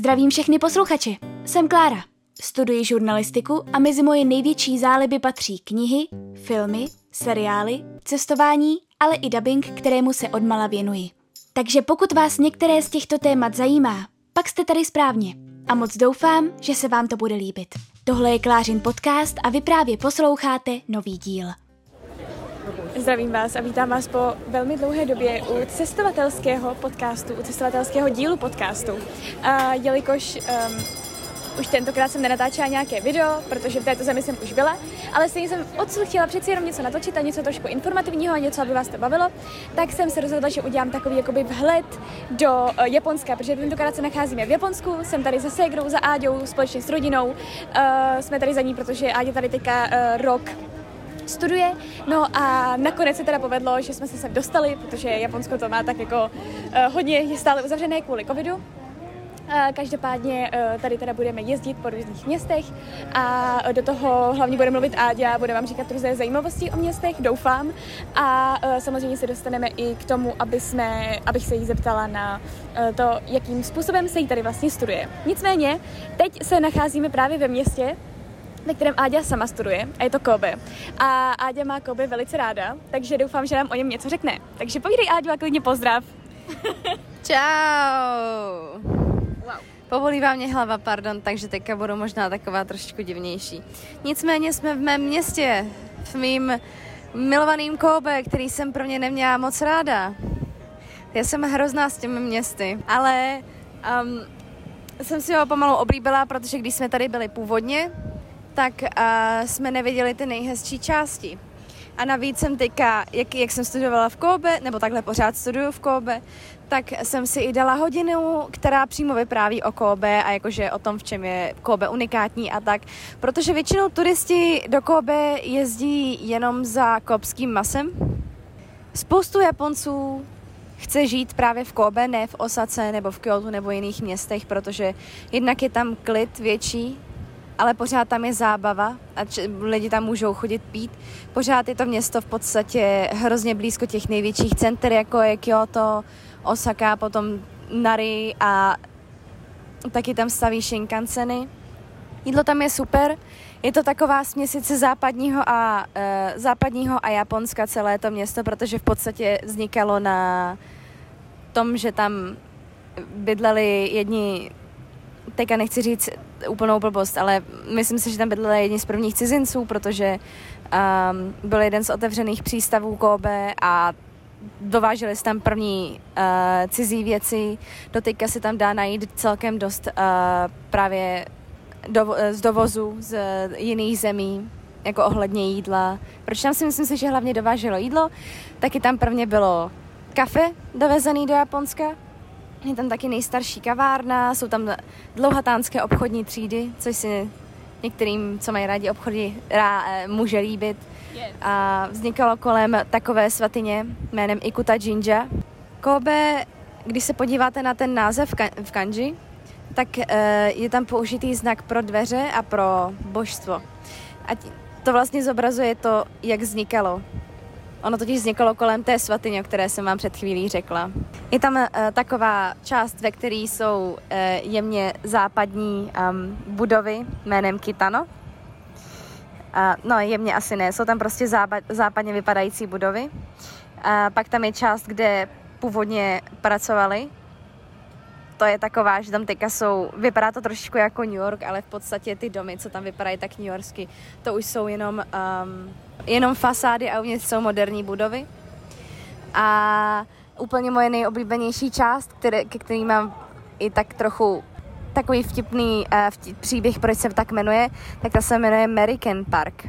Zdravím všechny posluchače. Jsem Klára. Studuji žurnalistiku a mezi moje největší záliby patří knihy, filmy, seriály, cestování, ale i dabing, kterému se odmala věnuji. Takže pokud vás některé z těchto témat zajímá, pak jste tady správně. A moc doufám, že se vám to bude líbit. Tohle je Klářin podcast a vy právě posloucháte nový díl. Zdravím vás a vítám vás po velmi dlouhé době u cestovatelského podcastu, u cestovatelského dílu podcastu. Jelikož už tentokrát jsem nenatáčela nějaké video, protože v této zemi jsem už byla, ale stejně jsem odsud chtěla přeci jenom něco natočit a něco trošku informativního a něco, aby vás to bavilo, tak jsem se rozhodla, že udělám takový jakoby vhled do Japonska, protože tentokrát se nacházíme v Japonsku, jsem tady se ségrou, za Áďou, společně s rodinou, jsme tady za ní, protože Áďa tady teďka rok studuje, no a nakonec se teda povedlo, že jsme se sem dostali, protože Japonsko to má tak jako hodně, je stále uzavřené kvůli covidu. Každopádně tady teda budeme jezdit po různých městech a do toho hlavně bude mluvit Áďa, bude vám říkat různé zajímavosti o městech, doufám. A samozřejmě se dostaneme i k tomu, abych se jí zeptala na to, jakým způsobem se jí tady vlastně studuje. Nicméně, teď se nacházíme právě ve městě, ve kterém Áďa sama studuje, a je to Kobe. A Áďa má Kobe velice ráda, takže doufám, že nám o něm něco řekne. Takže povídej, Áďu, a klidně pozdrav. Čau! Wow. Povolívá mě hlava, pardon, takže teďka budu možná taková trošičku divnější. Nicméně jsme v mém městě, v mým milovaným Kobe, který jsem pro mě neměla moc ráda. Já jsem hrozná s těmi městy, ale jsem si ho pomalu oblíbila, protože když jsme tady byli původně, tak jsme neviděli ty nejhezčí části. A navíc jsem teďka, jak jsem studovala v Kobe, nebo takhle pořád studuju v Kobe, tak jsem si i dala hodinu, která přímo vypráví o Kobe a jakože o tom, v čem je Kobe unikátní a tak. Protože většinou turisti do Kobe jezdí jenom za kobeským masem. Spoustu Japonců chce žít právě v Kobe, ne v Osace nebo v Kyotu nebo jiných městech, protože jednak je tam klid větší, ale pořád tam je zábava a lidi tam můžou chodit pít. Pořád je to město v podstatě hrozně blízko těch největších center, jako je Kyoto, Osaka, potom Nari a taky tam staví Shinkanseny. Jídlo tam je super, je to taková směsice západního a Japonska celé to město, protože v podstatě vznikalo na tom, že tam bydleli jedni, teďka nechci říct úplnou blbost, ale myslím si, že tam bydleli jedni z prvních cizinců, protože byl jeden z otevřených přístavů Kobe a dováželi se tam první cizí věci. Doteďka se tam dá najít celkem dost právě z dovozu z jiných zemí, jako ohledně jídla. Proč tam si myslím, že hlavně dováželo jídlo? Taky tam prvně bylo kafe dovezený do Japonska. Je tam taky nejstarší kavárna, jsou tam dlouhatánské obchodní třídy, což si některým, co mají rádi obchody, může líbit. A vznikalo kolem takové svatyně jménem Ikuta Jinja. Kobe, když se podíváte na ten název v kanji, tak je tam použitý znak pro dveře a pro božstvo. A to vlastně zobrazuje to, jak vznikalo. Ono totiž vznikalo kolem té svatyně, o které jsem vám před chvílí řekla. Je tam taková část, ve které jsou jemně západní budovy jménem Kitano. No, jemně asi ne, jsou tam prostě západně vypadající budovy. Pak tam je část, kde původně pracovali. To je taková, že tam teďka vypadá to trošičku jako New York, ale v podstatě ty domy, co tam vypadají tak New Yorksky, to už jsou jenom fasády a uvnitř jsou moderní budovy. A úplně moje nejoblíbenější část, ke který mám i tak trochu takový vtipný příběh, proč se tak jmenuje, tak ta se jmenuje American Park.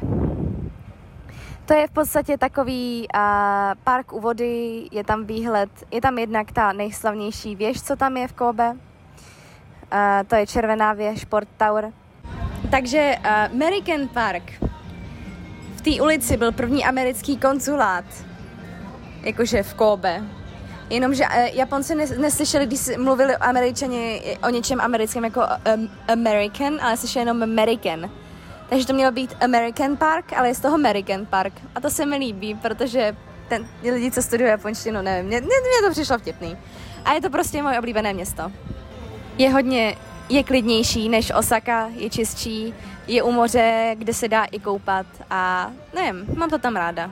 To je v podstatě takový park u vody, je tam výhled, je tam jednak ta nejslavnější věž, co tam je v Kobe. To je červená věž, Port Tower. Takže American Park. V té ulici byl první americký konzulát, jakože v Kobe. Jenomže Japonci neslyšeli, když mluvili Američani o něčem americkém jako American, ale slyšeli jenom American. Takže to mělo být American Park, ale je z toho American Park. A to se mi líbí, protože lidi, co studují japonštinu, nevím, mně to přišlo vtipný. A je to prostě moje oblíbené město. Je hodně je klidnější než Osaka, je čistší, je u moře, kde se dá i koupat a nevím, mám to tam ráda.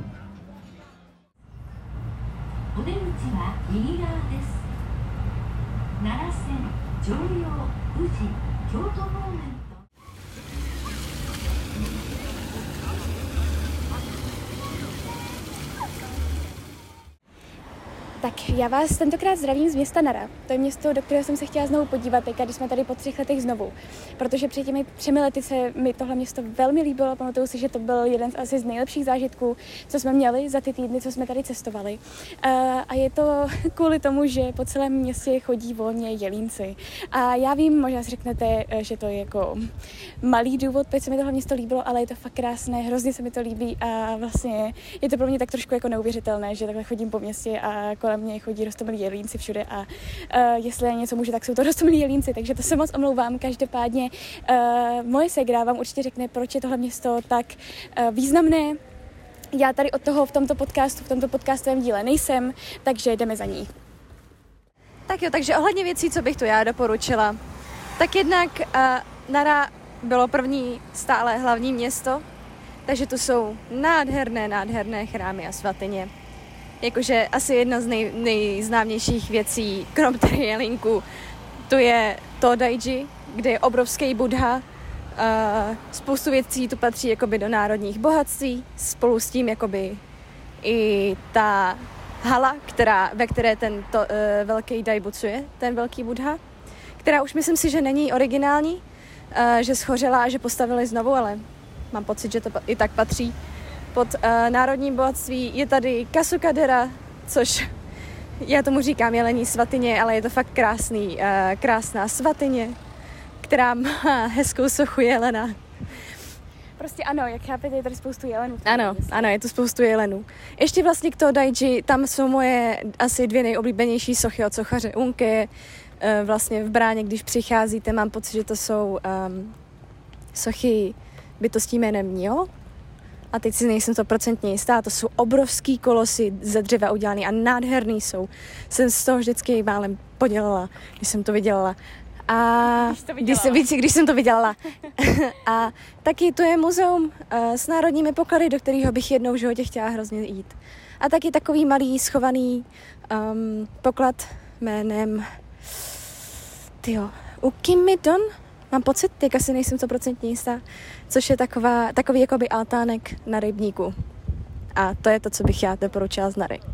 Tak já vás tentokrát zdravím z města Nara. To je město, do kterého jsem se chtěla znovu podívat, když jsme tady po 3 letech znovu. Protože před těmi 3 lety se mi tohle město velmi líbilo. Pamatuju si, že to byl jeden asi z nejlepších zážitků, co jsme měli za ty týdny, co jsme tady cestovali. A je to kvůli tomu, že po celém městě chodí volně jelínci. A já vím, možná si řeknete, že to je jako malý důvod, proč se mi tohle město líbilo, ale je to fakt krásné, hrozně se mi to líbí a vlastně je to pro mě tak trošku jako neuvěřitelné, že takhle chodím po městě a kolem mě chodí roztomilí jelínci všude a jestli něco může, tak jsou to roztomilí jelínci, takže to se moc omlouvám. Každopádně moje ségra vám určitě řekne, proč je tohle město tak významné. Já tady od toho v tomto podcastovém díle nejsem, takže jdeme za ní. Tak jo, takže ohledně věcí, co bych tu já doporučila. Tak jednak Nara bylo první stále hlavní město, takže tu jsou nádherné chrámy a svatyně. Jakože asi jedna z nejznámějších věcí, krom tedy jelinku, to je Todaiji, kde je obrovský Buddha. Spoustu věcí tu patří jakoby do národních bohatství, spolu s tím jakoby i ta hala, ve které ten velký Daibutsu je, ten velký Buddha, která už myslím si, že není originální, že schořela a že postavili znovu, ale mám pocit, že to i tak patří. Pod národním bohatství je tady Kasukadera, což já tomu říkám jelení svatyně, ale je to fakt krásná svatyně, která má hezkou sochu jelena. Prostě ano, jak chápete, je tady spoustu jelenů. Ano, je tu spoustu jelenů. Ještě vlastně k Todaiji, tam jsou moje asi 2 nejoblíbenější sochy od sochaře Unke. Vlastně v bráně, když přicházíte, mám pocit, že to jsou sochy bytostí jménem Nio. A teď si nejsem 100% jistá, to jsou obrovský kolosy ze dřeva udělaný a nádherný jsou. Jsem z toho vždycky málem podělala, když jsem to vydělala. Když jsem to vydělala. A taky to je muzeum s národními poklady, do kterého bych jednou v životě chtěla hrozně jít. A taky takový malý schovaný poklad jménem Ukimidon. Mám pocit, teď asi nejsem 100% jistá, což je takový jakoby altánek na rybníku. A to je to, co bych já doporučila z Nary.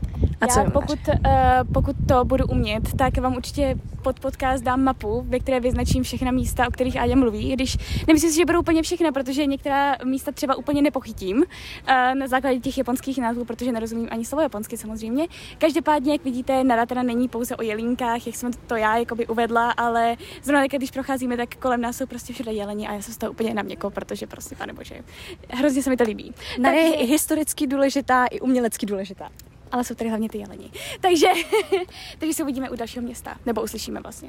Pokud to budu umět, tak vám určitě pod podcast dám mapu, ve které vyznačím všechna místa, o kterých Áďa mluví, když nemyslím si, že budou úplně všechna, protože některá místa třeba úplně nepochytím na základě těch japonských názvů, protože nerozumím ani slovo japonsky samozřejmě. Každopádně, jak vidíte, Nara teda není pouze o jelínkách, jak jsem to já jakoby uvedla, ale zrovna když procházíme, tak kolem nás jsou prostě všude jeleni a já jsem z toho úplně na měko, protože prostě, panebože, hrozně se mi to líbí. Nara je i historicky důležitá, i umělecky důležitá. Ale jsou tady hlavně ty jeleni. Takže se uvidíme u dalšího města. Nebo uslyšíme vlastně.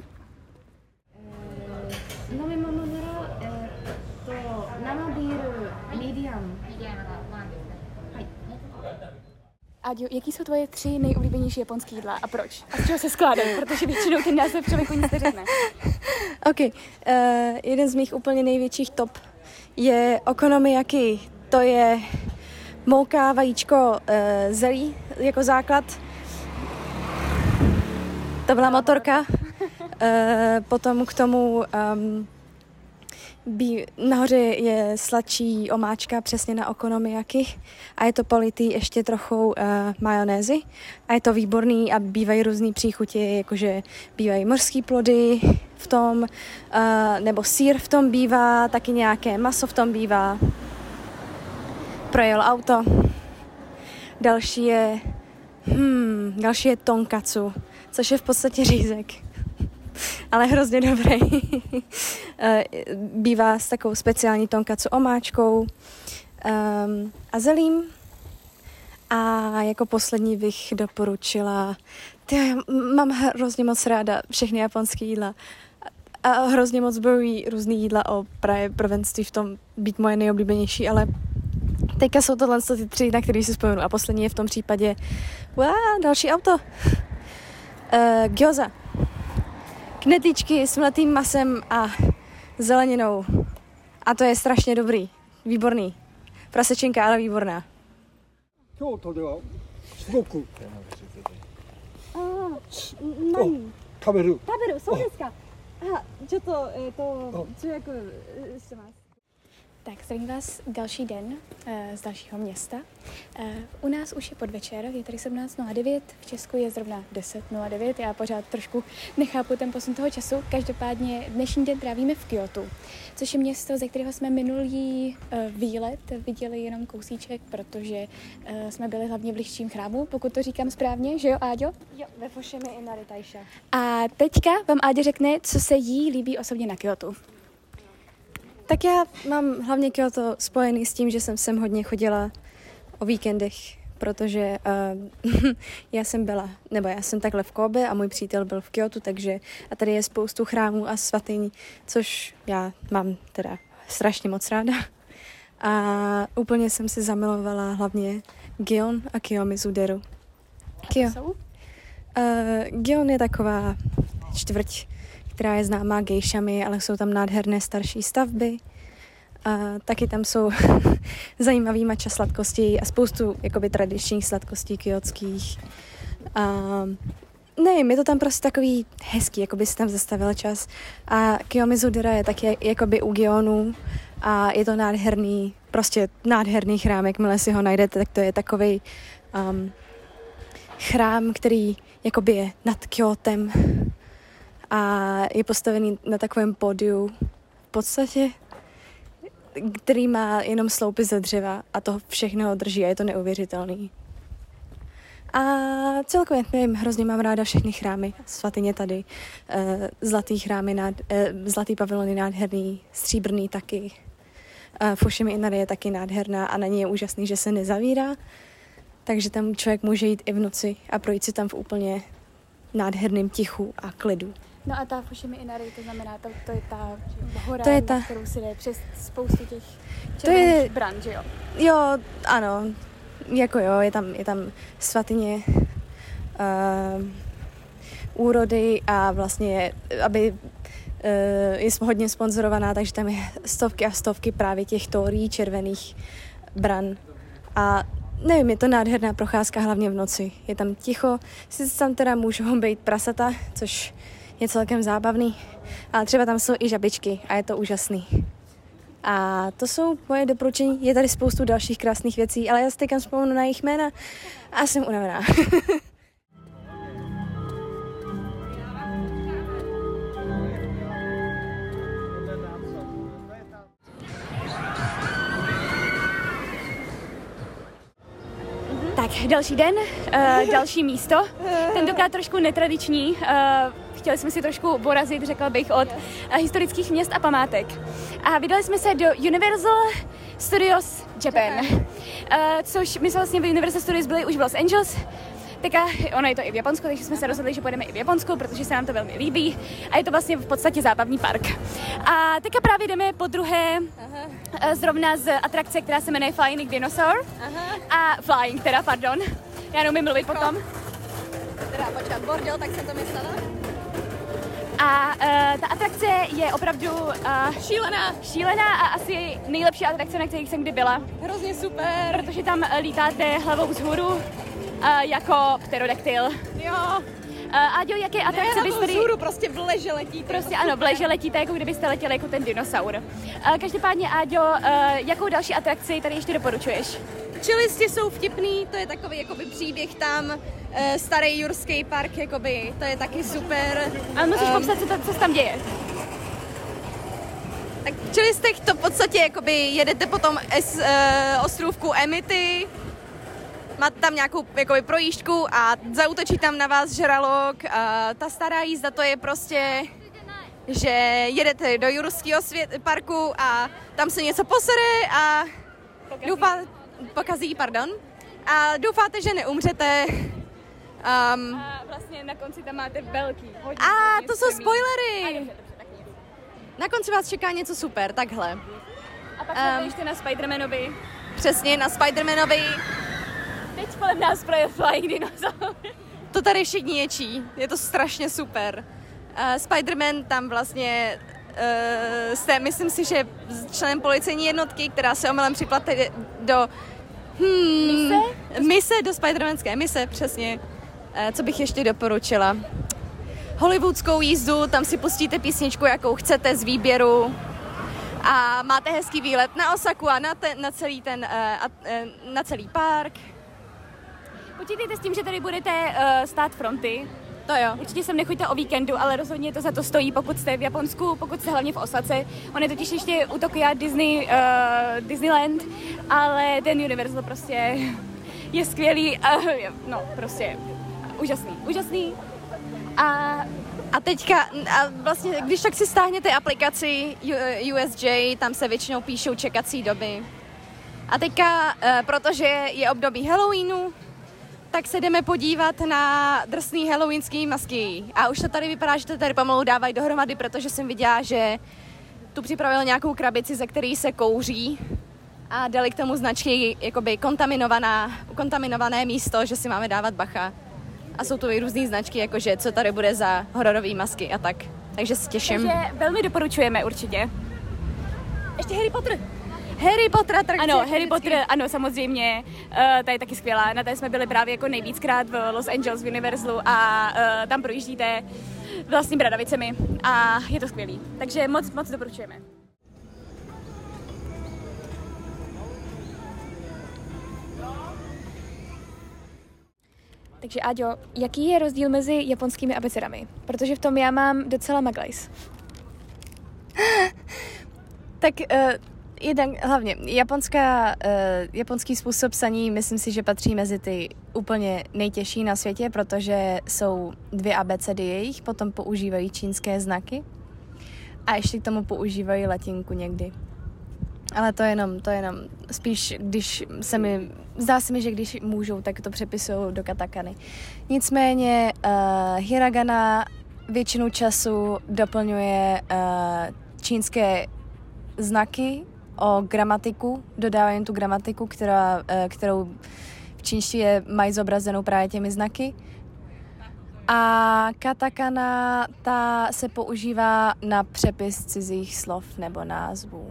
Áďo, jaký jsou tvoje 3 nejoblíbenější japonské jídla a proč? A z čeho se skládají? Protože většinou ten název člověku nic neřekne. OK. Jeden z mých úplně největších top je okonomiyaki. To je mouka, vajíčko, zelí jako základ. To byla motorka. Potom k tomu nahoře je sladší omáčka přesně na okonomiyaki a je to politý ještě trochu majonézy a je to výborný a bývají různý příchutě, jakože bývají mořský plody v tom, nebo sýr v tom bývá, taky nějaké maso v tom bývá. Projel auto. Další je tonkatsu, což je v podstatě řízek. Ale hrozně dobrý. Bývá s takovou speciální tonkatsu omáčkou a zelím. A jako poslední bych doporučila, mám hrozně moc ráda všechny japonské jídla. A hrozně moc bojují různý jídla o právě prvenství v tom být moje nejoblíbenější, ale teďka jsou tohle ty 3, na který si vzpomenu. A poslední je v tom případě další auto. Gyoza. K knedlíčky s mletým masem a zeleninou. A to je strašně dobrý, výborný. Prasečenka, ale výborná. 京都ではすごく何食べる。 食べる、そうですか。あ、ちょっと、通訳してます。 Tak, zdravím vás další den z dalšího města. U nás už je podvečer, je tady 17:09, v Česku je zrovna 10:09, já pořád trošku nechápu ten posun toho času. Každopádně dnešní den trávíme v Kjótu, což je město, ze kterého jsme minulý výlet viděli jenom kousíček, protože jsme byli hlavně v Lichčím chrámu, pokud to říkám správně, že jo, Áďo? Jo, ve Fushimi Inari Taisha. A teďka vám Áďa řekne, co se jí líbí osobně na Kjótu. Tak já mám hlavně Kyoto spojený s tím, že jsem sem hodně chodila o víkendech, protože já jsem takhle v Kobe a můj přítel byl v Kyotu, takže a tady je spoustu chrámů a svatyní, což já mám teda strašně moc ráda. A úplně jsem si zamilovala hlavně Gion a Kiyomizu-deru. Gion je taková čtvrť, která je známá gejšami, ale jsou tam nádherné starší stavby. A taky tam jsou zajímavý matcha sladkostí a spoustu jakoby tradičních sladkostí kyotských. A nevím, je to tam prostě takový hezký, jakoby si tam zastavil čas. A Kiyomizu-dera je taky jakoby u Gionu a je to nádherný, prostě nádherný chrám, jakmile si ho najdete, tak to je takovej chrám, který jakoby je nad Kjótem a je postavený na takovém pódiu v podstatě, který má jenom sloupy ze dřeva a to všechno drží a je to neuvěřitelný. A celkově, nevím, hrozně mám ráda všechny chrámy, svatyně tady, zlatý chrámy, zlatý pavilony nádherný, stříbrný taky. Fushimi Inari je taky nádherná a na ní je úžasný, že se nezavírá, takže tam člověk může jít i v noci a projít si tam v úplně nádherném tichu a klidu. No a ta Fushimi Inari, to znamená, to je ta hora, to je ta, kterou si jde přes spoustu těch červených bran, že jo? Jo, ano, jako jo, je tam svatyně úrody a vlastně, aby je hodně sponzorovaná, takže tam je stovky a stovky právě těch tórií červených bran. A nevím, je to nádherná procházka, hlavně v noci. Je tam ticho, sice tam teda můžou být prasata, což je celkem zábavný, ale třeba tam jsou i žabičky a je to úžasný. A to jsou moje doporučení. Je tady spoustu dalších krásných věcí, ale já si teďka vzpomenu na jejich jména a jsem unavená. Tak, další den, další místo, tentokrát trošku netradiční. Chtěli jsme si trošku porazit, řekla bych, od historických měst a památek. A vydali jsme se do Universal Studios Japan, což my jsme vlastně v Universal Studios byli už v Los Angeles. Teďka, ono je to i v Japonsku, takže jsme se rozhodli, že pojedeme i v Japonsku, protože se nám to velmi líbí a je to vlastně v podstatě zábavní park. A teďka právě jdeme po druhé zrovna z atrakce, která se jmenuje Flying Dinosaur. Pardon. Já neumím mluvit potom. Teda počkat, bordel, tak jsem to myslela. A ta atrakce je opravdu šílená a asi nejlepší atrakce, na kterých jsem kdy byla. Hrozně super. Protože tam lítáte hlavou vzhůru jako pterodaktyl. Jo. Áďo, jaké atrakce byste tady... vzhůru, prostě v leže letíte. Prostě ano, v leže letíte, jako kdybyste letěli jako ten dinosaur. Každopádně, Áďo, jakou další atrakci tady ještě doporučuješ? Čelisti jsou vtipný, to je takový jakoby příběh tam, starý jurský park, jakoby, to je taky super. Ale musíš popsat, co se tam děje. Tak v Čelistech to v podstatě jakoby jedete potom ostrůvku Emity, máte tam nějakou jakoby projížďku a zaútočí tam na vás žralok. Ta stará jízda to je prostě, že jedete do jurského parku a tam se něco posere a pokazí, a doufáte, že neumřete. A vlastně na konci tam máte velký, hodně to jsou spoilery! Na konci vás čeká něco super, takhle. A pak jsme ještě na Spider-Manovi. Přesně, na Spider-Manovi. Teď kolem nás projel Flying Dinosaur. To tady všichni ječí, je to strašně super. Spider-Man tam vlastně jste, myslím si, že členem policejní jednotky, která se omylem připlete do mise do Spider-Manské mise, přesně. Co bych ještě doporučila? Hollywoodskou jízdu, tam si pustíte písničku, jakou chcete z výběru a máte hezký výlet na Osaku a na celý park. Počítejte s tím, že tady budete stát fronty. To jo. Určitě sem nechoďte o víkendu, ale rozhodně to za to stojí, pokud jste v Japonsku, pokud jste hlavně v Osace. On je totiž ještě u Tokia Disneyland, ale ten Universal prostě je skvělý, no prostě úžasný. A teďka, vlastně, když tak si stáhněte aplikaci USJ, tam se většinou píšou čekací doby. A teďka, protože je období Halloweenu, tak se jdeme podívat na drsný halloweenský masky. A už to tady vypadá, že to tady pomalu dávají dohromady, protože jsem viděla, že tu připravil nějakou krabici, ze který se kouří a dali k tomu značky jakoby kontaminované místo, že si máme dávat bacha. A jsou tu i různý značky, jakože co tady bude za hororové masky a tak. Takže se těším. Takže velmi doporučujeme určitě. Ještě Harry Potter, atrakce. Ano, Harry Potter, ano, samozřejmě, ta je taky skvělá. Na té jsme byli právě jako nejvíckrát v Los Angeles v Universalu a tam projíždíte vlastní bradavicemi a je to skvělý. Takže moc doporučujeme. Takže Áďo, jaký je rozdíl mezi japonskými abecedami? Protože v tom já mám docela maglajs. Tak hlavně japonský způsob psaní, myslím si, že patří mezi ty úplně nejtěžší na světě, protože jsou 2 abecedy jejich, potom používají čínské znaky a ještě k tomu používají latinku někdy. Ale to jenom spíš, zdá se mi, že když můžou, tak to přepisují do katakany. Nicméně hiragana většinu času doplňuje čínské znaky o gramatiku, dodávají tu gramatiku, kterou v čínštině mají zobrazenou právě těmi znaky. A katakana, ta se používá na přepis cizích slov nebo názvů.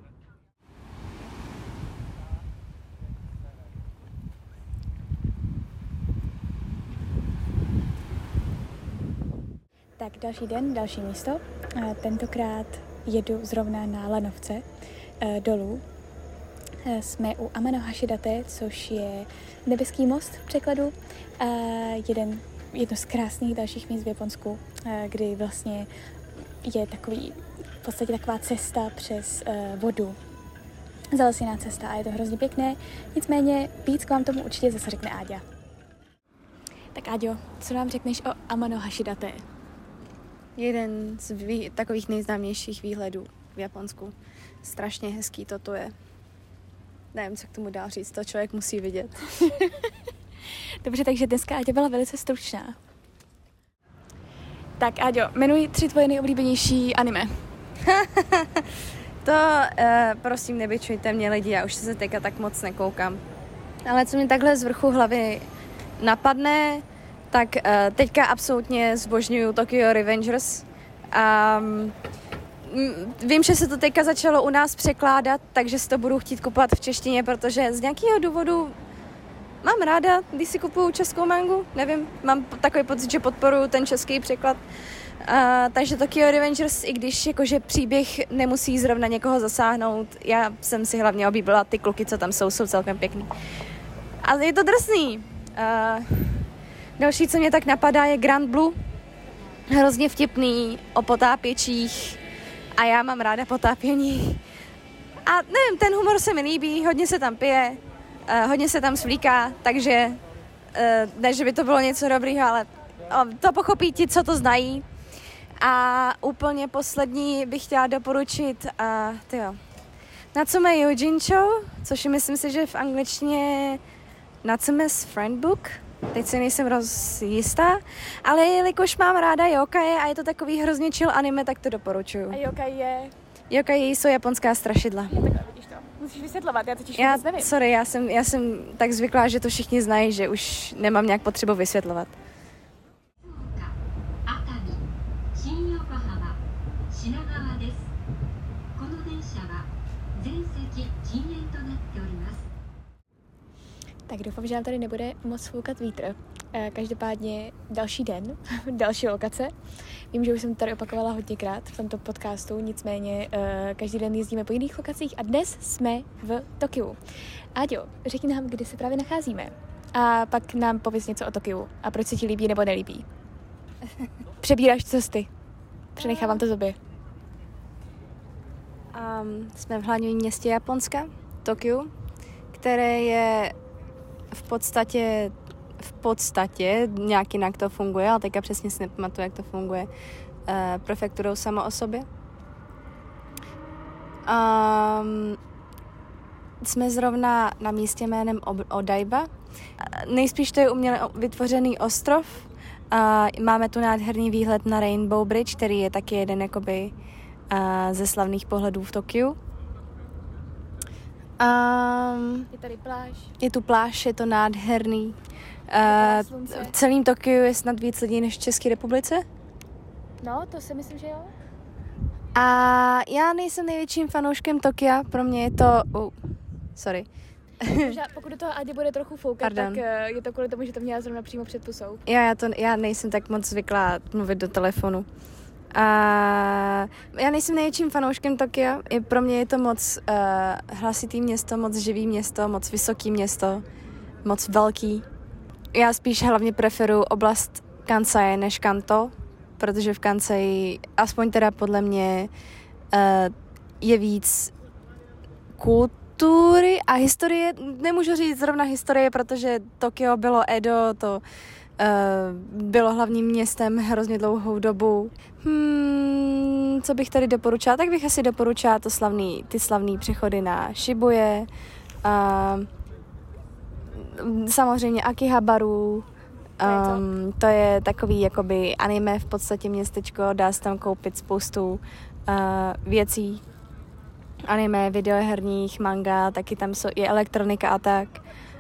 Tak další den, další místo. Tentokrát jedu zrovna na lanovce dolů. Jsme u Amanohashidate, což je nebeský most v překladu. Jedno z krásných dalších míst v Japonsku, kdy vlastně je v podstatě taková cesta přes vodu. Zalesněná cesta a je to hrozně pěkné. Nicméně víc k vám tomu určitě zase řekne Áďa. Tak Áďo, co nám řekneš o Amanohashidate? Jeden z takových nejznámějších výhledů v Japonsku. Strašně hezký toto je. Nevím, co k tomu dál říct, to člověk musí vidět. Dobře, takže dneska Áďa byla velice stručná. Tak Áďo, jmenuj 3 tvoje nejoblíbenější anime. To prosím nebyčujte mě lidi, já už se teďka tak moc nekoukám. Ale co mi takhle z vrchu hlavy napadne, tak teďka absolutně zbožňuju Tokyo Revengers. Vím, že se to teďka začalo u nás překládat, takže si to budu chtít kupovat v češtině, protože z nějakého důvodu mám ráda, když si kupuju českou mangu, nevím, mám takový pocit, že podporuju ten český překlad. Takže Tokyo Revengers, i když jakože příběh nemusí zrovna někoho zasáhnout, já jsem si hlavně oblíbila ty kluky, co tam jsou celkem pěkný. A je to drsný. Další, co mě tak napadá, je Grand Blue. Hrozně vtipný, o potápěčích a já mám ráda potápění. A nevím, ten humor se mi líbí, hodně se tam pije, hodně se tam svlíká, takže ne, že by to bylo něco dobrýho, ale to pochopí ti, co to znají. A úplně poslední bych chtěla doporučit Natsume Yojincho, což je, myslím si, že v angličtině Natsume's Friendbook. Teď si nejsem jistá, ale jelikož mám ráda yokai a je to takový hrozně chill anime, tak to doporučuju. A yokai je? Yokai jsou japonská strašidla. Takhle, vidíš to. Musíš vysvětlovat, já totiž vůbec nevím. Sorry, já jsem tak zvyklá, že to všichni znají, že už nemám nějak potřebu vysvětlovat. Tak doufám, že nám tady nebude moc foukat vítr. Každopádně další den, další lokace. Vím, že už jsem tady opakovala hodněkrát v tomto podcastu, nicméně každý den jezdíme po jiných lokacích a dnes jsme v Tokiu. Áďo, řekni nám, kde se právě nacházíme. A pak nám pověz něco o Tokiu a proč se ti líbí nebo nelíbí. Přebíráš cesty. Přenechávám to tobě. Jsme v hlavním městě Japonska, Tokiu, které je v podstatě, nějak jinak to funguje, ale teďka přesně si nepamatuju, jak to funguje, prefekturou samo o sobě. Jsme zrovna na místě jménem Odaiba. Nejspíš to je uměle vytvořený ostrov. Máme tu nádherný výhled na Rainbow Bridge, který je taky jeden jakoby ze slavných pohledů v Tokiu. Je tady pláž. Je tu pláž, je to nádherný. V celém Tokiu je snad víc lidí než v České republice. No, to si myslím, že jo. A já nejsem největším fanouškem Tokia, pro mě je to... sorry. Pokud do toho Ádě bude trochu foukat, tak je to kvůli tomu, že to měla zrovna přímo před pusou. Já nejsem tak moc zvyklá mluvit do telefonu. A já nejsem největším fanouškem Tokia. Pro mě je to moc hlasitý město, moc živý město, moc vysoký město, moc velký. Já spíš hlavně preferuji oblast Kansai než Kanto, protože v Kansai, aspoň teda podle mě, je víc kultury a historie. Nemůžu říct zrovna historie, protože Tokio bylo Edo, to bylo hlavním městem hrozně dlouhou dobu. Co bych tady doporučila? Tak bych asi doporučila ty slavný přechody na Shibuje, samozřejmě Akihabaru. To je takový jakoby anime v podstatě městečko, dá se tam koupit spoustu věcí. Anime, videoherních, manga, taky tam je elektronika a tak.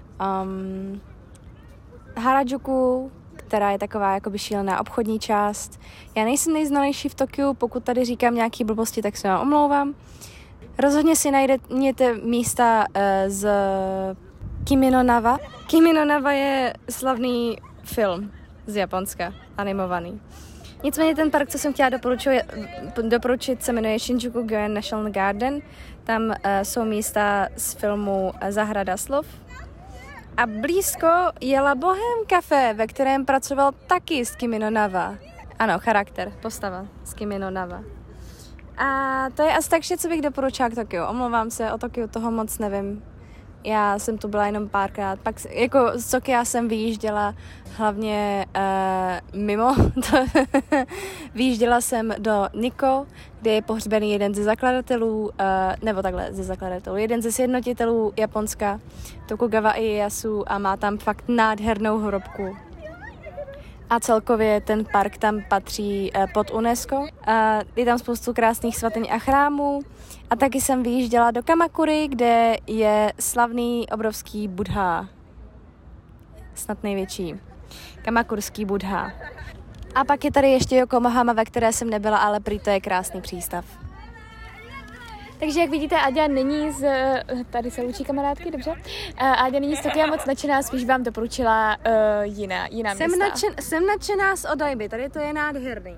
Harajuku, která je taková jakoby šílená obchodní část. Já nejsem nejznalejší v Tokiu, pokud tady říkám nějaký blbosti, tak se vám omlouvám. Rozhodně si najdete místa z Kimi no Nawa. Kimi no Nawa je slavný film z Japonska, animovaný. Nicméně ten park, co jsem chtěla doporučit, se jmenuje Shinjuku Gyoen National Garden. Tam jsou místa z filmu Zahrada slov. A blízko je La Bohème Café, ve kterém pracoval taky s Kimi no Nawa. Ano, charakter, postava s Kimi no Nawa. A to je asi tak vše, co bych doporučila k Tokiu. Omlouvám se, o Tokiu toho moc nevím. Já jsem tu byla jenom párkrát. Pak jako z Tokia jsem vyjížděla hlavně mimo. Vyjížděla jsem do Nikko, kde je pohřbený jeden ze zakladatelů, jeden ze sjednotitelů Japonska, Tokugawa Ieyasu, a má tam fakt nádhernou hrobku. A celkově ten park tam patří pod UNESCO. Je tam spoustu krásných svatyň a chrámů. A taky jsem vyjížděla do Kamakury, kde je slavný obrovský Buddha. Snad největší. Kamakurský Buddha. A pak je tady ještě Yokohama, ve které jsem nebyla, ale prý to je krásný přístav. Takže jak vidíte, Áďa není tady se loučí kamarádky, dobře? Áďa není z Tokia moc nadšená, spíš vám doporučila jiná města. Jsem nadšená z Odaiby, tady to je nádherný.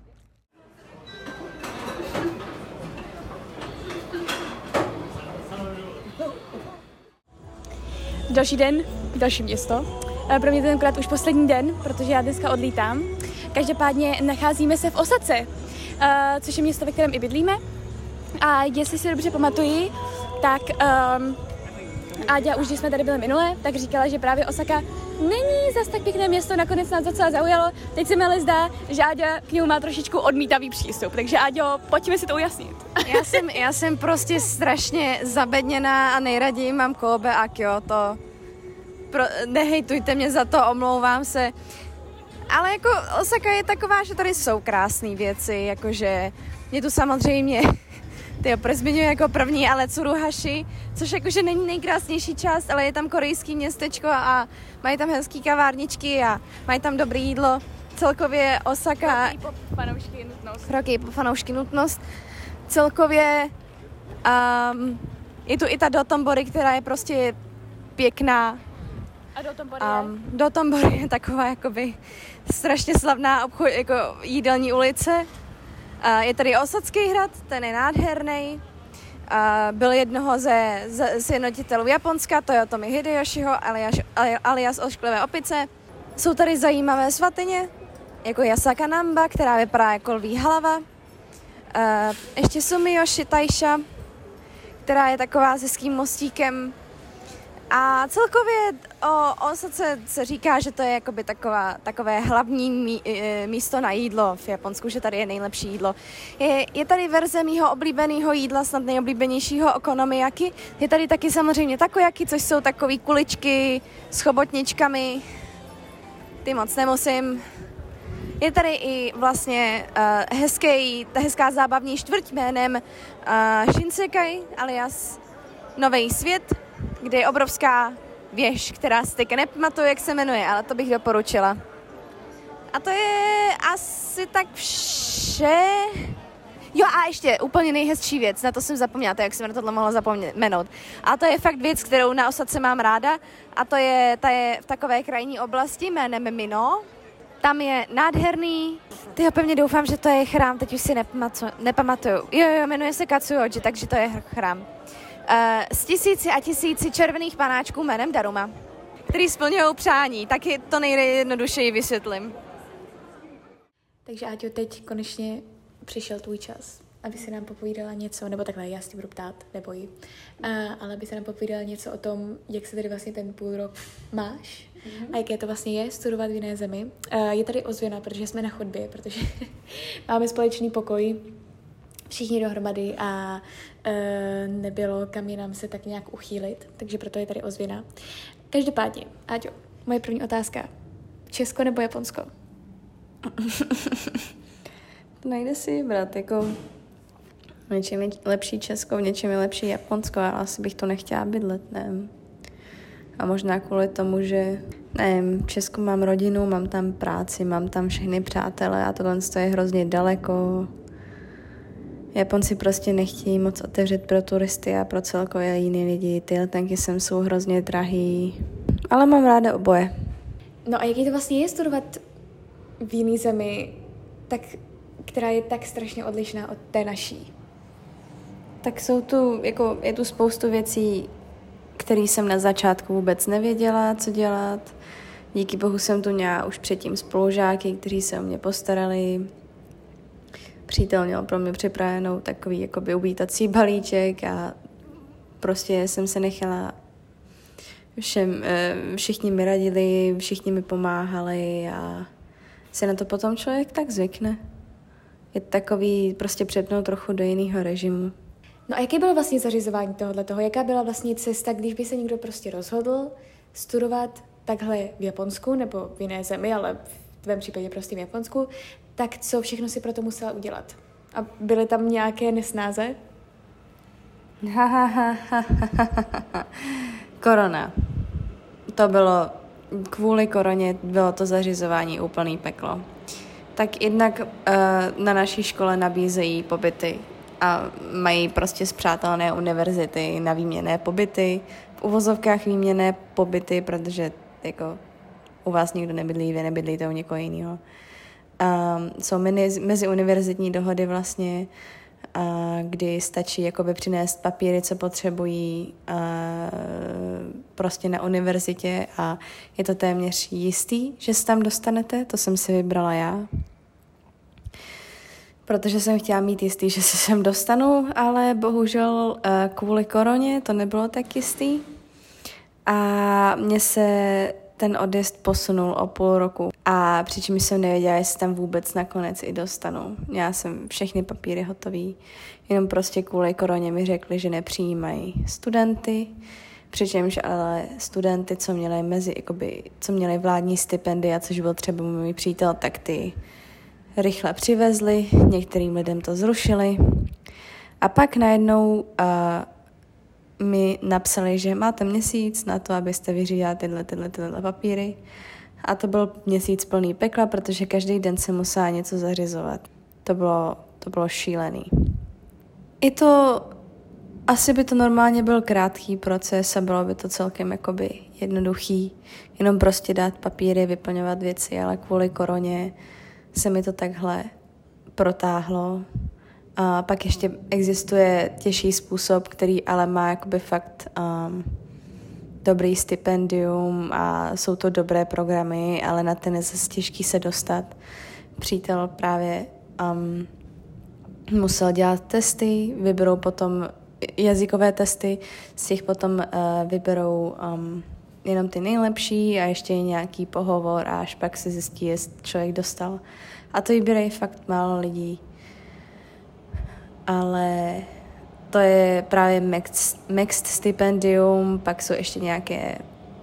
Další den, další město. Pro mě tenkrát už poslední den, protože já dneska odlítám. Každopádně nacházíme se v Osace, což je město, ve kterém i bydlíme. A jestli si dobře pamatuji, tak Áďa, už když jsme tady byli minule, tak říkala, že právě Osaka není zas tak pěkné město, nakonec nás docela zaujalo. Teď se mi ale zdá, že Áďa k němu má trošičku odmítavý přístup, takže Áďo, pojďme si to ujasnit. Já jsem prostě strašně zabedněná a nejraději mám Kobe a Kyoto. Nehejtujte mě za to, omlouvám se. Ale jako Osaka je taková, že tady jsou krásné věci, jakože je tu samozřejmě... Proč zmiňuji jako první, ale Tsuruhashi, což jakože není nejkrásnější část, ale je tam korejský městečko a mají tam hezký kavárničky a mají tam dobré jídlo. Celkově Osaka... Pro K-pop fanoušky nutnost. Celkově je tu i ta Dotonbori, která je prostě pěkná. A Do Tombory je taková jakoby strašně slavná jako jídelní ulice. Je tady Osadský hrad, ten je nádherný. Byl jednoho ze jednotitelů Japonska, Toyotomi Hideyoshiho, alias ošklivé opice. Jsou tady zajímavé svatyně, jako Yasaka Namba, která vypadá jako lví hlava. Ještě Sumiyoshi Taisha, která je taková se ským mostíkem. A celkově o Osace se říká, že to je jakoby takové hlavní místo na jídlo v Japonsku, že tady je nejlepší jídlo. Je tady verze mýho oblíbeného jídla, snad nejoblíbenějšího okonomiyaki. Je tady taky samozřejmě takoyaki, což jsou takový kuličky s chobotničkami. Ty moc nemusím. Je tady i vlastně hezká zábavní čtvrť jménem Shinsekai, alias Nový svět, kde je obrovská věž, která si teďka nepamatuju, jak se jmenuje, ale to bych doporučila. A to je asi tak vše. Jo a ještě úplně nejhezčí věc, na to jsem zapomněla, to jak jsem na tohle mohla zapomenout. A to je fakt věc, kterou na Osace mám ráda, a ta je v takové krajní oblasti jménem Mino. Tam je nádherný, já pevně doufám, že to je chrám, teď už si nepamatuju. Jo, jmenuje se Katsuyoji, takže to je chrám. S tisíci a tisíci červených panáčků jménem Daruma, který splňují přání, taky to nejjednodušeji vysvětlím. Takže Áťo, teď konečně přišel tvůj čas, aby si nám popovídala něco, nebo takhle, já si tě budu ptát, neboj, ale aby se nám popovídala něco o tom, jak se tady vlastně ten půl rok máš a jaké to vlastně je studovat v jiné zemi. Je tady ozvěna, protože jsme na chodbě, protože máme společný pokoj, všichni dohromady a nebylo kam jinam se tak nějak uchýlit, takže proto je tady ozvěna. Každopádně, Áťo, moje první otázka. Česko nebo Japonsko? To nejde si vybrat, jako v něčem je lepší Česko, v něčem je lepší Japonsko, ale asi bych to nechtěla bydlet, nevím. A možná kvůli tomu, že nevím, v Česku mám rodinu, mám tam práci, mám tam všechny přátelé a tohle je hrozně daleko. Japonci prostě nechtějí moc otevřít pro turisty a pro celkově jiný lidi. Ty letenky sem jsou hrozně drahý, ale mám ráda oboje. No a jaký to vlastně je studovat v jiný zemi, tak, která je tak strašně odlišná od té naší? Tak je tu spoustu věcí, které jsem na začátku vůbec nevěděla, co dělat. Díky bohu jsem tu měla už předtím spolužáky, kteří se o mě postarali. Přítel měl pro mě připravenou takový jakoby uvítací balíček a prostě jsem se nechala všichni mi radili, všichni mi pomáhali a se na to potom člověk tak zvykne. Je takový prostě přepnout trochu do jiného režimu. No a jaké bylo vlastně zařizování tohoto? Jaká byla vlastně cesta, když by se někdo prostě rozhodl studovat takhle v Japonsku nebo v jiné zemi, ale v tvém případě prostě v Japonsku, tak co všechno si pro to musela udělat? A byly tam nějaké nesnáze? Korona. To bylo, kvůli koroně bylo to zařizování úplný peklo. Tak jednak na naší škole nabízejí pobyty a mají prostě spřátelené univerzity na výměnné pobyty, v uvozovkách výměnné pobyty, protože jako u vás nikdo nebydlí, vy nebydlíte u někoho jiného. Jsou meziuniverzitní dohody vlastně, kdy stačí jakoby přinést papíry, co potřebují prostě na univerzitě a je to téměř jistý, že se tam dostanete. To jsem si vybrala já, protože jsem chtěla mít jistý, že se sem dostanu, ale bohužel kvůli koroně to nebylo tak jistý a mně se ten odjezd posunul o půl roku a přičemž jsem nevěděla, jestli tam vůbec nakonec i dostanu. Měla jsem všechny papíry hotový, jenom prostě kvůli koroně mi řekli, že nepřijímají studenty, přičemž ale studenty, co měli vládní stipendia, což byl třeba můj přítel, tak ty rychle přivezli, některým lidem to zrušili a pak najednou mi napsali, že máte měsíc na to, abyste vyřídila tyhle papíry. A to byl měsíc plný pekla, protože každý den se musela něco zařizovat. To bylo šílený. Asi by to normálně byl krátký proces a bylo by to celkem jakoby jednoduchý, jenom prostě dát papíry, vyplňovat věci, ale kvůli koroně se mi to takhle protáhlo. A pak ještě existuje těžší způsob, který ale má jakoby fakt dobrý stipendium a jsou to dobré programy, ale na ten je zase těžký se dostat. Přítel právě musel dělat testy, vyberou potom jazykové testy, z těch potom vyberou jenom ty nejlepší a ještě nějaký pohovor a až pak se zjistí, jestli člověk dostal. A to vybírají fakt málo lidí. Ale to je právě mixed stipendium, pak jsou ještě nějaké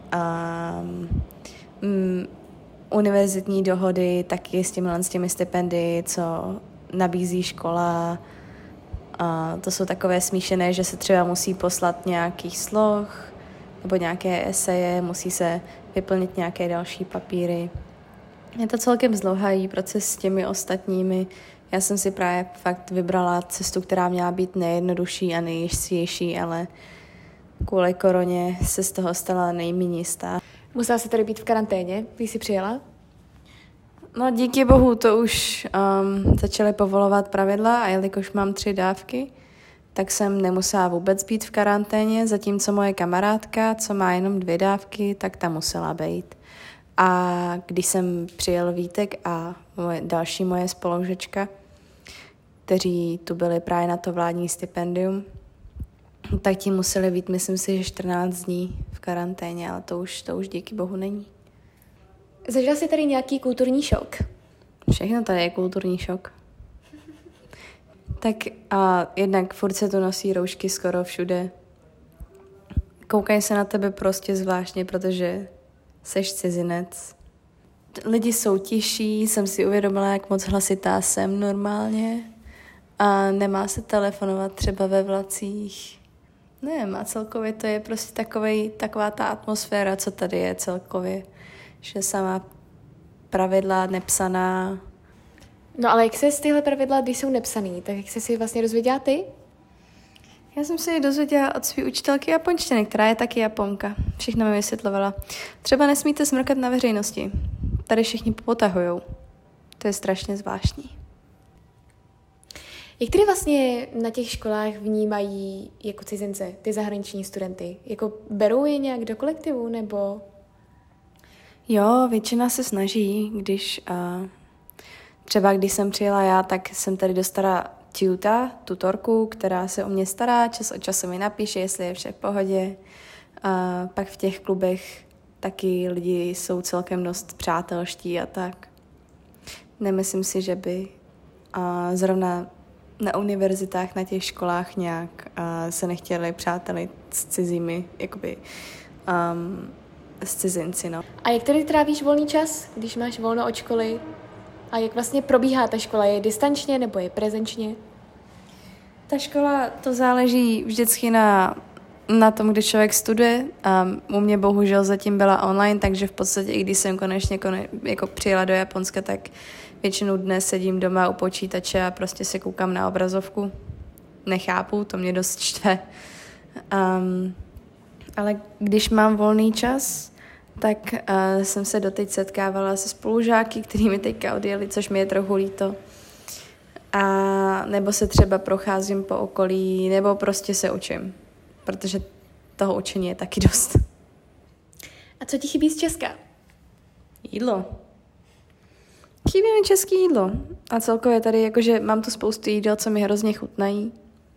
univerzitní dohody, taky s těmi stipendii, co nabízí škola. A to jsou takové smíšené, že se třeba musí poslat nějaký sloh nebo nějaké eseje, musí se vyplnit nějaké další papíry. Je to celkem zdlouhavý proces s těmi ostatními. Já jsem si právě fakt vybrala cestu, která měla být nejjednodušší a nejjistější, ale kvůli koroně se z toho stala nejméně jistá. Musela se tady být v karanténě, když jsi přijela? No díky bohu to už začaly povolovat pravidla a jelikož mám 3 dávky, tak jsem nemusela vůbec být v karanténě, zatímco moje kamarádka, co má jenom 2 dávky, tak ta musela být. A když jsem přijel Vítek a další moje spolužečka, kteří tu byli právě na to vládní stipendium, tak ti museli být, myslím si, že 14 dní v karanténě, ale to už díky bohu není. Zažila jsi tady nějaký kulturní šok? Všechno tady je kulturní šok. Tak a jednak furt se tu nosí roušky skoro všude. Koukají se na tebe prostě zvláštně, protože seš cizinec. Lidi jsou tiší, jsem si uvědomila, jak moc hlasitá jsem normálně. A nemá se telefonovat třeba ve vlacích. Nevím, a celkově to je prostě taková ta atmosféra, co tady je celkově. Že sama pravidla nepsaná. No ale jak se z tyhle pravidla, když jsou nepsaný, tak jak jsi si vlastně dozvěděla ty? Já jsem se ji dozvěděla od své učitelky japonštiny, která je taky Japonka. Všechno mi vysvětlovala. Třeba nesmíte smrkat na veřejnosti. Tady všichni popotahujou. To je strašně zvláštní. Jak tedy vlastně na těch školách vnímají jako cizince, ty zahraniční studenty? Jako berou je nějak do kolektivu, nebo? Jo, většina se snaží, třeba když jsem přijela já, tak jsem tady dostala tutorku, která se o mě stará, čas od času mi napíše, jestli je vše v pohodě. A pak v těch klubech taky lidi jsou celkem dost přátelští a tak. Nemyslím si, že by zrovna na univerzitách, na těch školách nějak se nechtěli přátelit s cizími, jakoby s cizinci, no. A jak tedy trávíš volný čas, když máš volno od školy? A jak vlastně probíhá ta škola? Je distančně nebo je prezenčně? Ta škola, to záleží vždycky na tom, kdy člověk studuje. U mě bohužel zatím byla online, takže v podstatě, i když jsem konečně jako přijela do Japonska, tak většinou dnes sedím doma u počítače a prostě se koukám na obrazovku. Nechápu, to mě dost štve. Ale když mám volný čas, tak jsem se doteď setkávala se spolužáky, kteří mi teďka odjeli, což mi je trochu líto. A nebo se třeba procházím po okolí, nebo prostě se učím, protože toho učení je taky dost. A co ti chybí z Česka? Jídlo. Chybí mi české jídlo. A celkově tady jakože mám tu spoustu jídel, co mi hrozně chutnají.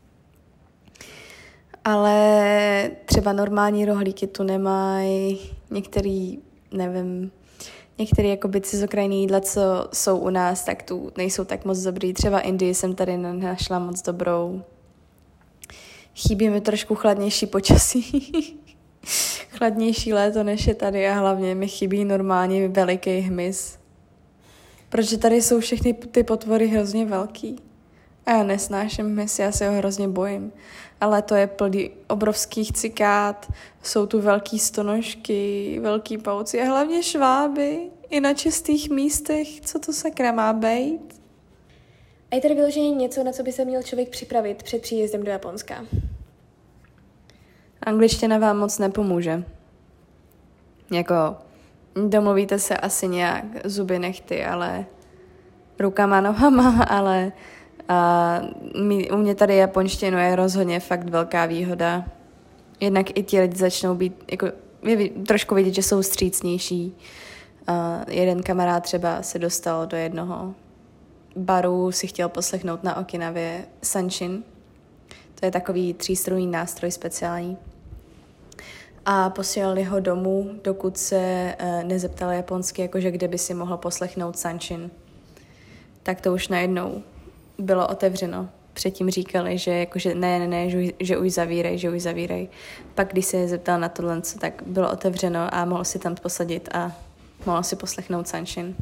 Ale třeba normální rohlíky tu nemají, některý jakoby cizokrajní jídla, co jsou u nás, tak tu nejsou tak moc dobrý. Třeba Indii jsem tady nenašla moc dobrou. Chybí mi trošku chladnější počasí. Chladnější léto, než je tady a hlavně mi chybí normálně veliký hmyz. Protože tady jsou všechny ty potvory hrozně velký. A já nesnáším hmyz, já se ho hrozně bojím. Ale to je plný obrovských cikád, jsou tu velký stonožky, velký pauci a hlavně šváby i na čistých místech. Co to sakra má být? A je tady vyloženě něco, na co by se měl člověk připravit před příjezdem do Japonska? Angličtina vám moc nepomůže. Jako domluvíte se asi nějak zuby nechty, ale rukama, nohama, ale u mě tady japonštinu je rozhodně fakt velká výhoda. Jednak i ti lidi začnou být, jako, trošku vidět, že jsou vstřícnější. Jeden kamarád třeba se dostal do jednoho baru, si chtěl poslechnout na Okinavě Sanshin. To je takový 3strunný nástroj speciální. A posílali ho domů, dokud se nezeptal japonsky, jakože kde by si mohl poslechnout Sanshin. Tak to už najednou bylo otevřeno. Předtím říkali, že jakože ne, že už zavírej. Pak když se je zeptal na tohle, tak bylo otevřeno a mohl si tam posadit a mohl si poslechnout Sanshin.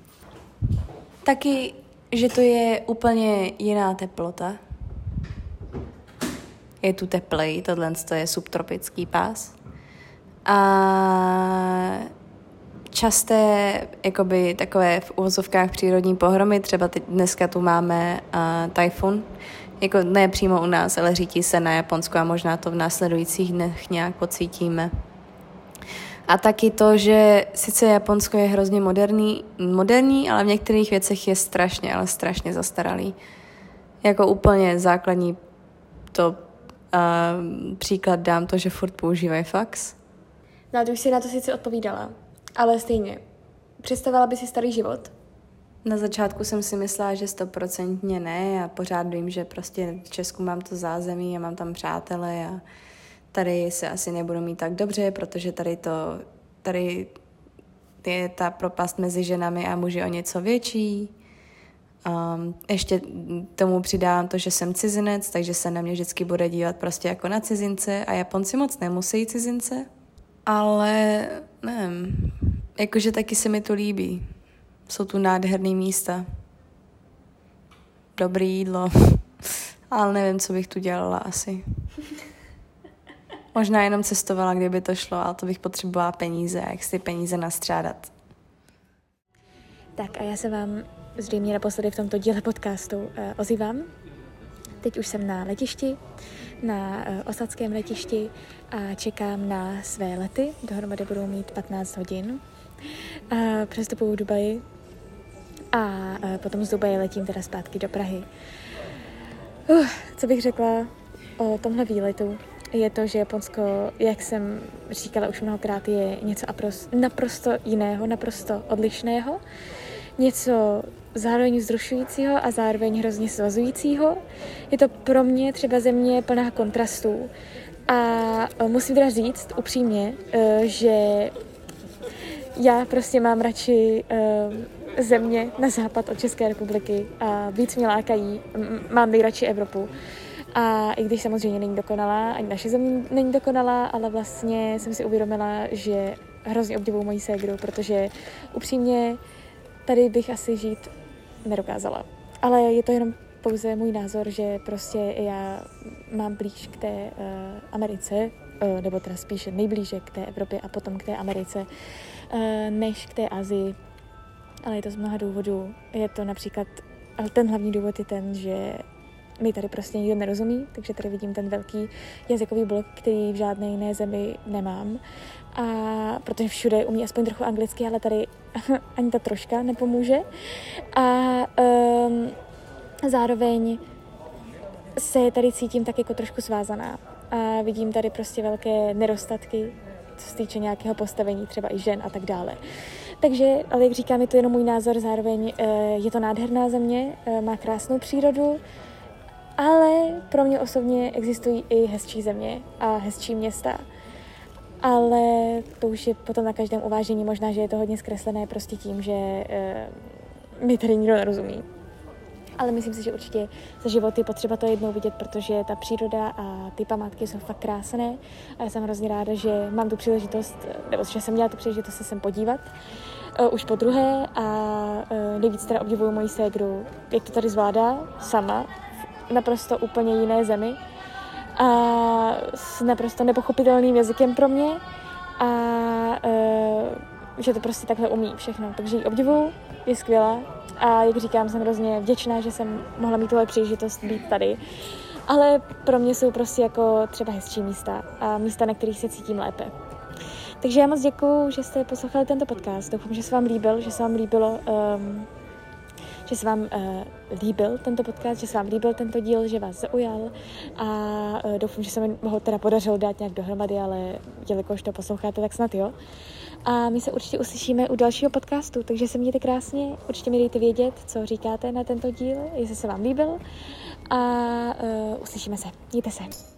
Taky, že to je úplně jiná teplota. Je tu teplej, tohle je subtropický pás. A časté jakoby takové v uvozovkách přírodní pohromy, třeba dneska tu máme tajfun, jako ne přímo u nás, ale řítí se na Japonsku a možná to v následujících dnech nějak pocítíme. A taky to, že sice Japonsko je hrozně moderní, ale v některých věcech je strašně zastaralý. Jako úplně základní to příklad dám to, že furt používají fax. No, ty už si na to sice odpovídala, ale stejně. Představila by si starý život? Na začátku jsem si myslela, že 100% ne a pořád vím, že prostě v Česku mám to zázemí a mám tam přátele a tady se asi nebudu mít tak dobře, protože tady je ta propast mezi ženami a muži o něco větší. Ještě tomu přidávám to, že jsem cizinec, takže se na mě vždycky bude dívat prostě jako na cizince a Japonci moc nemusí cizince. Ale nevím, jakože taky se mi to líbí. Jsou tu nádherný místa. Dobré jídlo. Ale nevím, co bych tu dělala asi. Možná jenom cestovala, kdyby to šlo, ale to bych potřebovala peníze a jak si peníze nastřádat. Tak a já se vám zřejmě naposledy v tomto díle podcastu ozývám. Teď už jsem na letišti, na osadském letišti a čekám na své lety. Dohromady budou mít 15 hodin. Přestupuju v Dubaji a potom z Dubaje letím teda zpátky do Prahy. Co bych řekla o tomhle výletu, je to, že Japonsko, jak jsem říkala už mnohokrát, je něco naprosto jiného, naprosto odlišného. Něco zároveň vzrušujícího a zároveň hrozně svazujícího. Je to pro mě třeba země plná kontrastů. A musím teda říct upřímně, že já prostě mám radši země na západ od České republiky a víc mě lákají. Mám nejradši Evropu. A i když samozřejmě není dokonalá, ani naše země není dokonalá, ale vlastně jsem si uvědomila, že hrozně obdivuju moji ségru, protože upřímně tady bych asi žít nedokázala. Ale je to jenom pouze můj názor, že prostě já mám blíž k té Americe, nebo teda spíše nejblíže k té Evropě a potom k té Americe, než k té Asii. Ale je to z mnoha důvodů. Je to například, ale ten hlavní důvod je ten, že mi tady prostě nikdo nerozumí, takže tady vidím ten velký jazykový blok, který v žádné jiné zemi nemám. A protože všude umí aspoň trochu anglicky, ale tady ani ta troška nepomůže. A zároveň se tady cítím tak jako trošku svázaná. A vidím tady prostě velké nedostatky, co se týče nějakého postavení, třeba i žen a tak dále. Takže, ale jak říkám, je to jenom můj názor, zároveň je to nádherná země, má krásnou přírodu, ale pro mě osobně existují i hezčí země a hezčí města. Ale to už je potom na každém uvážení, možná, že je to hodně zkreslené prostě tím, že mi tady nikdo nerozumí. Ale myslím si, že určitě za život je potřeba to jednou vidět, protože ta příroda a ty památky jsou fakt krásné. A já jsem hrozně ráda, že mám tu příležitost, nebo že jsem měla tu příležitost se sem podívat už po druhé a nejvíc teda obdivuju moji ségru, jak to tady zvládá sama, v naprosto úplně jiné zemi a s naprosto nepochopitelným jazykem pro mě a že to prostě takhle umí všechno. Takže ji obdivuju, je skvělá a jak říkám, jsem hrozně vděčná, že jsem mohla mít tuhle příležitost být tady. Ale pro mě jsou prostě jako třeba hezčí místa a místa, na kterých se cítím lépe. Takže já moc děkuju, že jste poslouchali tento podcast. Doufám, že se vám líbil, že se vám líbilo, že se vám líbil tento podcast, že se vám líbil tento díl, že vás zaujal a doufám, že se mi ho teda podařilo dát nějak dohromady, ale jelikož to posloucháte, tak snad jo. A my se určitě uslyšíme u dalšího podcastu, takže se mějte krásně, určitě mi dejte vědět, co říkáte na tento díl, jestli se vám líbil a uslyšíme se. Mějte se.